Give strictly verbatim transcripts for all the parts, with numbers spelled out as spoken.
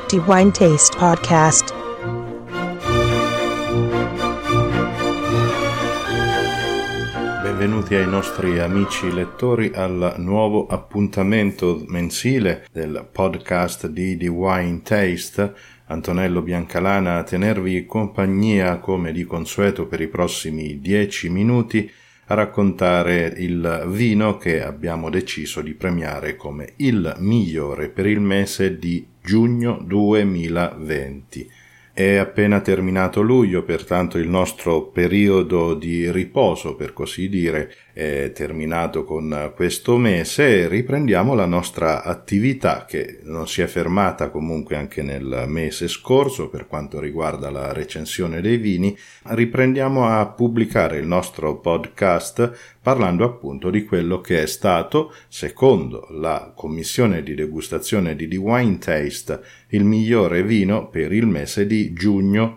The Wine Taste Podcast. Benvenuti ai nostri amici lettori al nuovo appuntamento mensile del podcast di The Wine Taste. Antonello Biancalana a tenervi compagnia come di consueto per i prossimi dieci minuti a raccontare il vino che abbiamo deciso di premiare come il migliore per il mese di giugno duemilaventi. È appena terminato luglio, pertanto il nostro periodo di riposo, per così dire, è terminato con questo mese e riprendiamo la nostra attività che non si è fermata comunque anche nel mese scorso per quanto riguarda la recensione dei vini. Riprendiamo a pubblicare il nostro podcast parlando appunto di quello che è stato, secondo la commissione di degustazione di The Wine Taste, il migliore vino per il mese di giugno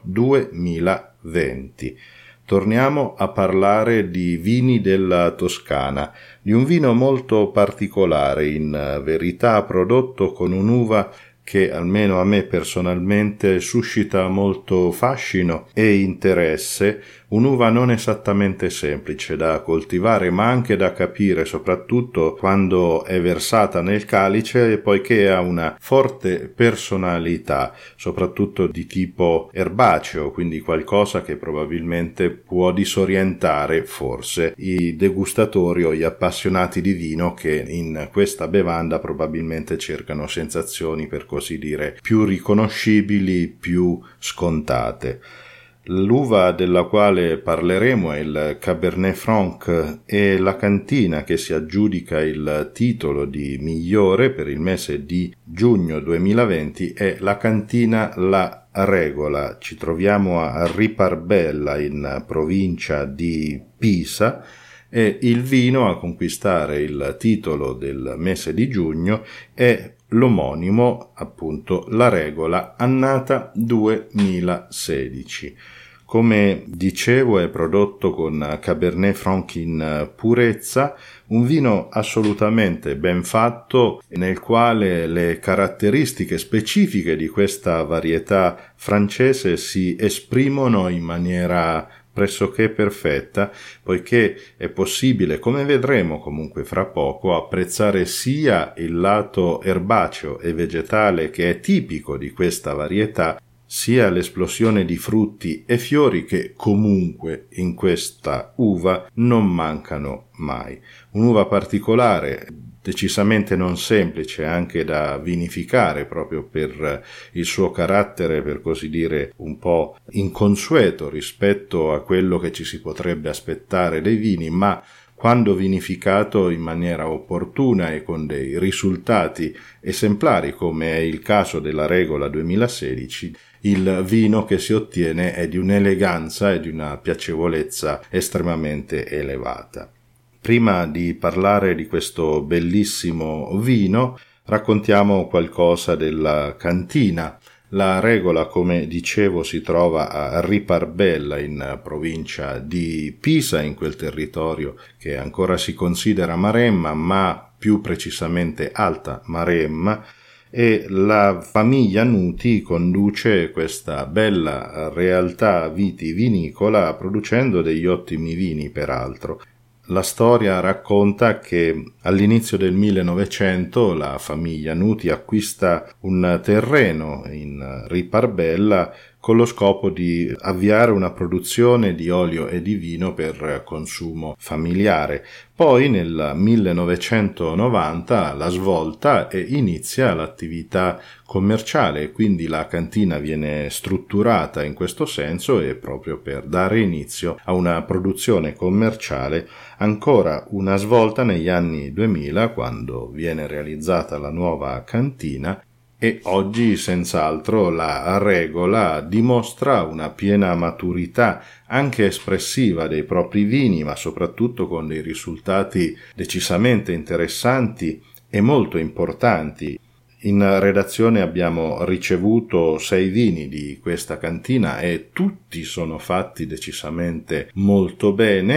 duemilaventi. Torniamo a parlare di vini della Toscana, di un vino molto particolare, in verità prodotto con un'uva che almeno a me personalmente suscita molto fascino e interesse, un'uva non esattamente semplice da coltivare ma anche da capire, soprattutto quando è versata nel calice, poiché ha una forte personalità, soprattutto di tipo erbaceo, quindi qualcosa che probabilmente può disorientare forse i degustatori o gli appassionati di vino che in questa bevanda probabilmente cercano sensazioni, per così dire, più riconoscibili, più scontate. L'uva della quale parleremo è il Cabernet Franc e la cantina che si aggiudica il titolo di migliore per il mese di giugno duemilaventi è la cantina La Regola. Ci troviamo a Riparbella in provincia di Pisa e il vino a conquistare il titolo del mese di giugno è l'omonimo, appunto, La Regola, annata duemilasedici. Come dicevo, è prodotto con Cabernet Franc in purezza, un vino assolutamente ben fatto, nel quale le caratteristiche specifiche di questa varietà francese si esprimono in maniera pressoché perfetta, poiché è possibile, come vedremo comunque fra poco, apprezzare sia il lato erbaceo e vegetale che è tipico di questa varietà, sia l'esplosione di frutti e fiori che comunque in questa uva non mancano mai. Un'uva particolare, decisamente non semplice anche da vinificare proprio per il suo carattere, per così dire, un po' inconsueto rispetto a quello che ci si potrebbe aspettare dei vini, ma quando vinificato in maniera opportuna e con dei risultati esemplari, come è il caso della Regola duemilasedici, il vino che si ottiene è di un'eleganza e di una piacevolezza estremamente elevata. Prima di parlare di questo bellissimo vino, raccontiamo qualcosa della cantina. La Regola, come dicevo, si trova a Riparbella in provincia di Pisa, in quel territorio che ancora si considera Maremma, ma più precisamente Alta Maremma, e la famiglia Nuti conduce questa bella realtà vitivinicola producendo degli ottimi vini, peraltro. La storia racconta che all'inizio del millenovecento la famiglia Nuti acquista un terreno in Riparbella con lo scopo di avviare una produzione di olio e di vino per consumo familiare. Poi nel millenovecentonovanta la svolta e inizia l'attività commerciale, quindi la cantina viene strutturata in questo senso e proprio per dare inizio a una produzione commerciale. Ancora una svolta negli anni duemila, quando viene realizzata la nuova cantina, e oggi senz'altro la Regola dimostra una piena maturità anche espressiva dei propri vini, ma soprattutto con dei risultati decisamente interessanti e molto importanti. In redazione abbiamo ricevuto sei vini di questa cantina e tutti sono fatti decisamente molto bene,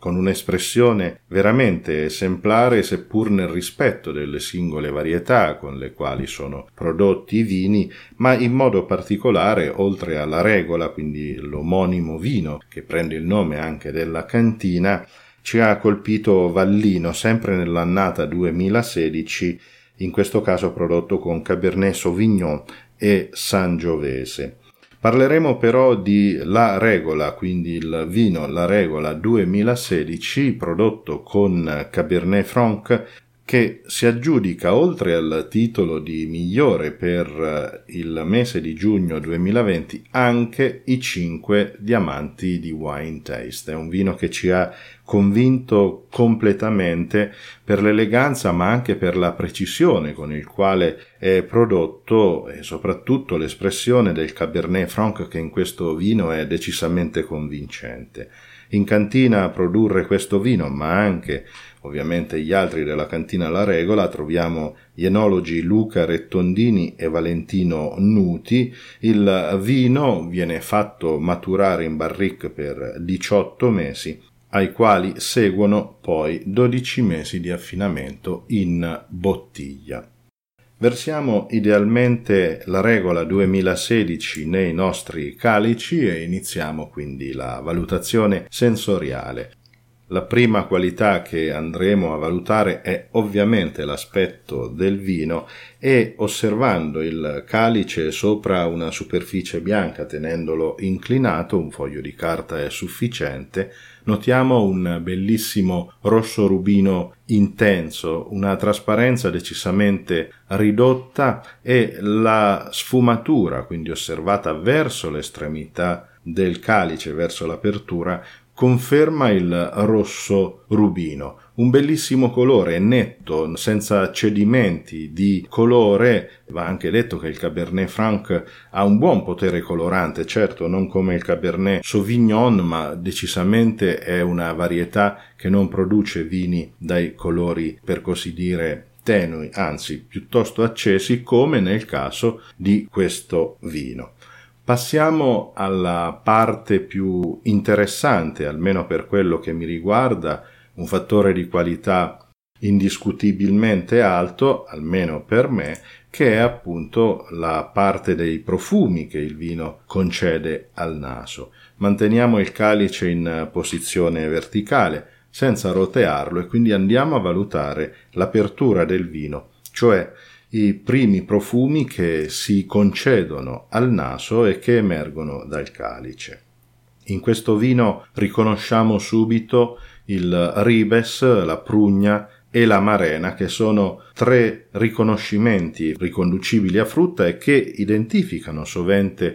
con un'espressione veramente esemplare, seppur nel rispetto delle singole varietà con le quali sono prodotti i vini, ma in modo particolare, oltre alla regola, quindi l'omonimo vino che prende il nome anche della cantina, ci ha colpito Vallino, sempre nell'annata duemilasedici, in questo caso prodotto con Cabernet Sauvignon e Sangiovese. Parleremo però di La Regola, quindi il vino La Regola duemilasedici, prodotto con Cabernet Franc, che si aggiudica, oltre al titolo di migliore per il mese di giugno duemilaventi, anche i cinque diamanti di Wine Taste. È un vino che ci ha convinto completamente per l'eleganza, ma anche per la precisione con il quale è prodotto, e soprattutto l'espressione del Cabernet Franc che in questo vino è decisamente convincente. In cantina a produrre questo vino, ma anche ovviamente gli altri della cantina La Regola, troviamo gli enologi Luca Rettondini e Valentino Nuti. Il vino viene fatto maturare in barrique per diciotto mesi, ai quali seguono poi dodici mesi di affinamento in bottiglia. Versiamo idealmente La Regola duemilasedici nei nostri calici e iniziamo quindi la valutazione sensoriale. La prima qualità che andremo a valutare è ovviamente l'aspetto del vino e, osservando il calice sopra una superficie bianca tenendolo inclinato, un foglio di carta è sufficiente, notiamo un bellissimo rosso rubino intenso, una trasparenza decisamente ridotta e la sfumatura, quindi osservata verso l'estremità del calice, verso l'apertura, conferma il rosso rubino. Un bellissimo colore netto, senza cedimenti di colore. Va anche detto che il Cabernet Franc ha un buon potere colorante, certo non come il Cabernet Sauvignon, ma decisamente è una varietà che non produce vini dai colori, per così dire, tenui, anzi piuttosto accesi, come nel caso di questo vino. Passiamo alla parte più interessante, almeno per quello che mi riguarda, un fattore di qualità indiscutibilmente alto, almeno per me, che è appunto la parte dei profumi che il vino concede al naso. Manteniamo il calice in posizione verticale, senza rotearlo, e quindi andiamo a valutare l'apertura del vino, cioè i primi profumi che si concedono al naso e che emergono dal calice. In questo vino riconosciamo subito il ribes, la prugna e l'amarena, che sono tre riconoscimenti riconducibili a frutta e che identificano sovente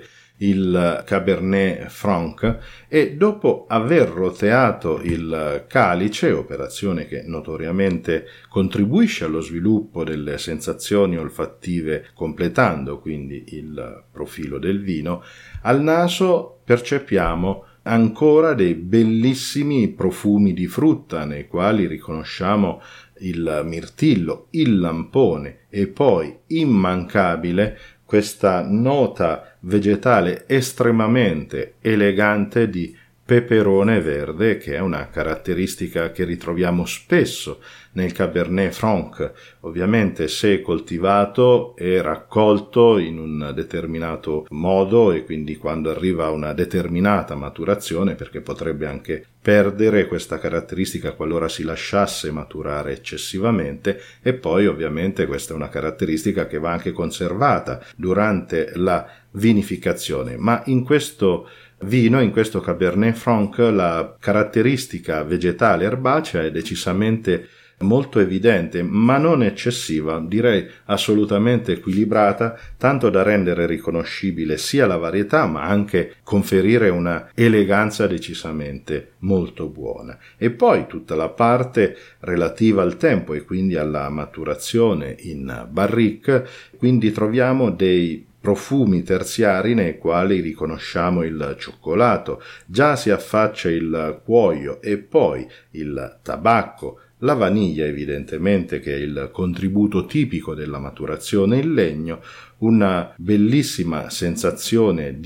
il Cabernet Franc, e dopo aver roteato il calice, operazione che notoriamente contribuisce allo sviluppo delle sensazioni olfattive, completando quindi il profilo del vino, al naso percepiamo ancora dei bellissimi profumi di frutta, nei quali riconosciamo il mirtillo, il lampone e poi immancabile questa nota vegetale estremamente elegante di peperone verde, che è una caratteristica che ritroviamo spesso nel Cabernet Franc, ovviamente se coltivato e raccolto in un determinato modo, e quindi quando arriva a una determinata maturazione, perché potrebbe anche perdere questa caratteristica qualora si lasciasse maturare eccessivamente. E poi ovviamente questa è una caratteristica che va anche conservata durante la vinificazione, ma in questo vino, in questo Cabernet Franc, la caratteristica vegetale erbacea è decisamente molto evidente, ma non eccessiva, direi assolutamente equilibrata, tanto da rendere riconoscibile sia la varietà, ma anche conferire una eleganza decisamente molto buona. E poi tutta la parte relativa al tempo e quindi alla maturazione in barrique, quindi troviamo dei profumi terziari nei quali riconosciamo il cioccolato, già si affaccia il cuoio e poi il tabacco, la vaniglia evidentemente, che è il contributo tipico della maturazione in legno, una bellissima sensazione di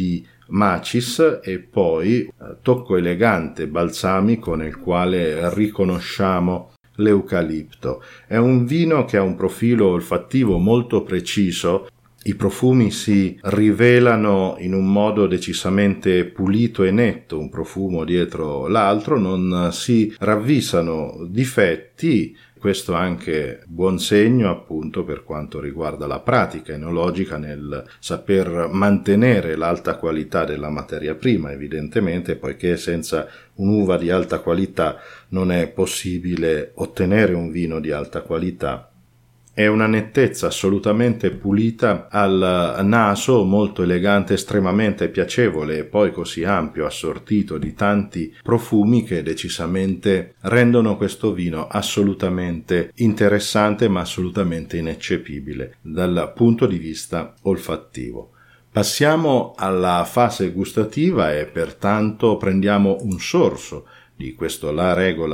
macis e poi eh, tocco elegante balsamico nel quale riconosciamo l'eucalipto. È un vino che ha un profilo olfattivo molto preciso. I profumi si rivelano in un modo decisamente pulito e netto, un profumo dietro l'altro, non si ravvisano difetti. Questo anche buon segno appunto per quanto riguarda la pratica enologica nel saper mantenere l'alta qualità della materia prima, evidentemente, poiché senza un'uva di alta qualità non è possibile ottenere un vino di alta qualità. È una nettezza assolutamente pulita al naso, molto elegante, estremamente piacevole e poi così ampio, assortito di tanti profumi che decisamente rendono questo vino assolutamente interessante ma assolutamente ineccepibile dal punto di vista olfattivo. Passiamo alla fase gustativa e pertanto prendiamo un sorso di questo La Regola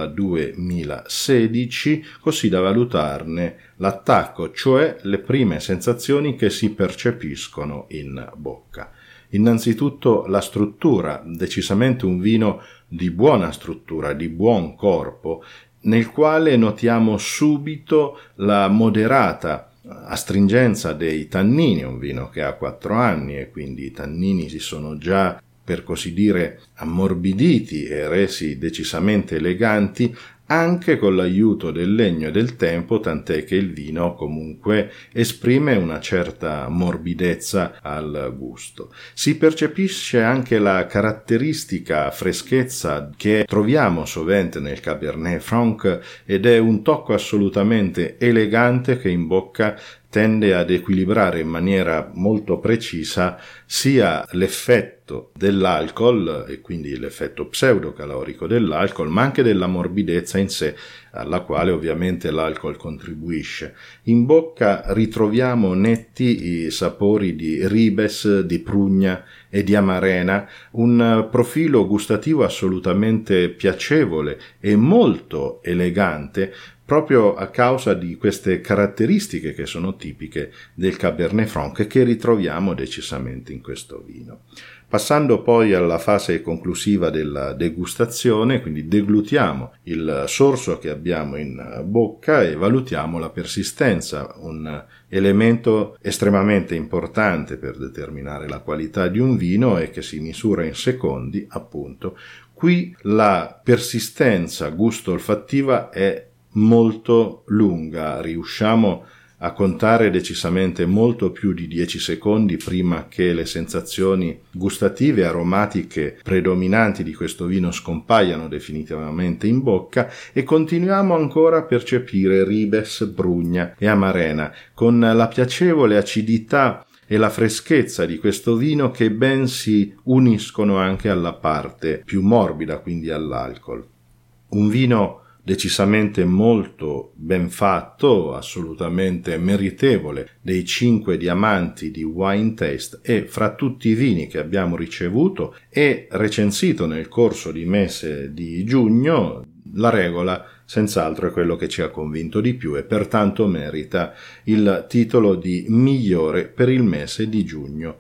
duemilasedici, così da valutarne l'attacco, cioè le prime sensazioni che si percepiscono in bocca. Innanzitutto la struttura, decisamente un vino di buona struttura, di buon corpo, nel quale notiamo subito la moderata astringenza dei tannini, un vino che ha quattro anni e quindi i tannini si sono già, per così dire, ammorbiditi e resi decisamente eleganti anche con l'aiuto del legno e del tempo, tant'è che il vino comunque esprime una certa morbidezza al gusto. Si percepisce anche la caratteristica freschezza che troviamo sovente nel Cabernet Franc ed è un tocco assolutamente elegante che in bocca tende ad equilibrare in maniera molto precisa sia l'effetto dell'alcol e quindi l'effetto pseudocalorico dell'alcol, ma anche della morbidezza in sé, alla quale ovviamente l'alcol contribuisce. In bocca ritroviamo netti i sapori di ribes, di prugna e di amarena, un profilo gustativo assolutamente piacevole e molto elegante, proprio a causa di queste caratteristiche che sono tipiche del Cabernet Franc e che ritroviamo decisamente in questo vino. Passando poi alla fase conclusiva della degustazione, quindi deglutiamo il sorso che abbiamo in bocca e valutiamo la persistenza, un elemento estremamente importante per determinare la qualità di un vino e che si misura in secondi, appunto. Qui la persistenza gusto-olfattiva è molto lunga, riusciamo a contare decisamente molto più di dieci secondi prima che le sensazioni gustative e aromatiche predominanti di questo vino scompaiano definitivamente in bocca e continuiamo ancora a percepire ribes, brugna e amarena con la piacevole acidità e la freschezza di questo vino che ben si uniscono anche alla parte più morbida, quindi all'alcol. Un vino decisamente molto ben fatto, assolutamente meritevole dei cinque diamanti di Wine Taste e fra tutti i vini che abbiamo ricevuto e recensito nel corso di mese di giugno, La Regola senz'altro è quello che ci ha convinto di più e pertanto merita il titolo di migliore per il mese di giugno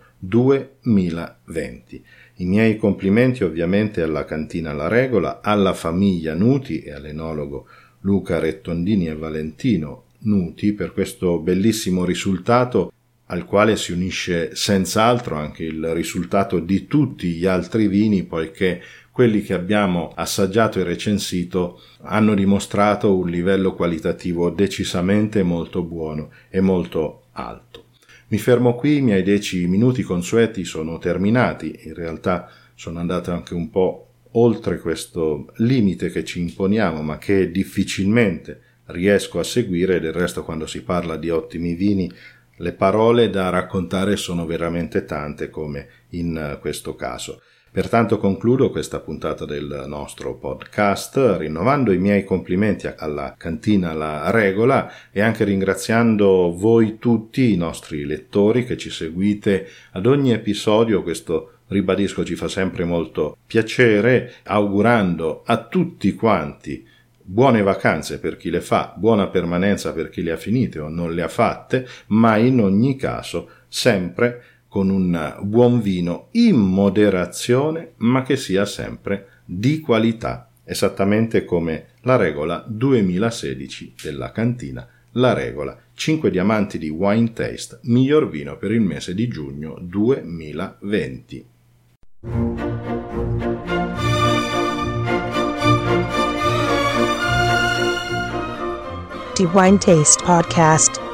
duemilaventi. I miei complimenti ovviamente alla cantina La Regola, alla famiglia Nuti e all'enologo Luca Rettondini e Valentino Nuti per questo bellissimo risultato, al quale si unisce senz'altro anche il risultato di tutti gli altri vini, poiché quelli che abbiamo assaggiato e recensito hanno dimostrato un livello qualitativo decisamente molto buono e molto alto. Mi fermo qui, i miei dieci minuti consueti sono terminati, in realtà sono andato anche un po' oltre questo limite che ci imponiamo, ma che difficilmente riesco a seguire. Del resto, quando si parla di ottimi vini, le parole da raccontare sono veramente tante, come in questo caso. Pertanto concludo questa puntata del nostro podcast rinnovando i miei complimenti alla cantina La Regola e anche ringraziando voi tutti i nostri lettori che ci seguite ad ogni episodio. Questo, ribadisco, ci fa sempre molto piacere, augurando a tutti quanti buone vacanze per chi le fa, buona permanenza per chi le ha finite o non le ha fatte, ma in ogni caso sempre con un buon vino in moderazione, ma che sia sempre di qualità, esattamente come la regola duemilasedici della cantina, la regola cinque diamanti di Wine Taste, miglior vino per il mese di giugno duemilaventi. The Wine Taste Podcast.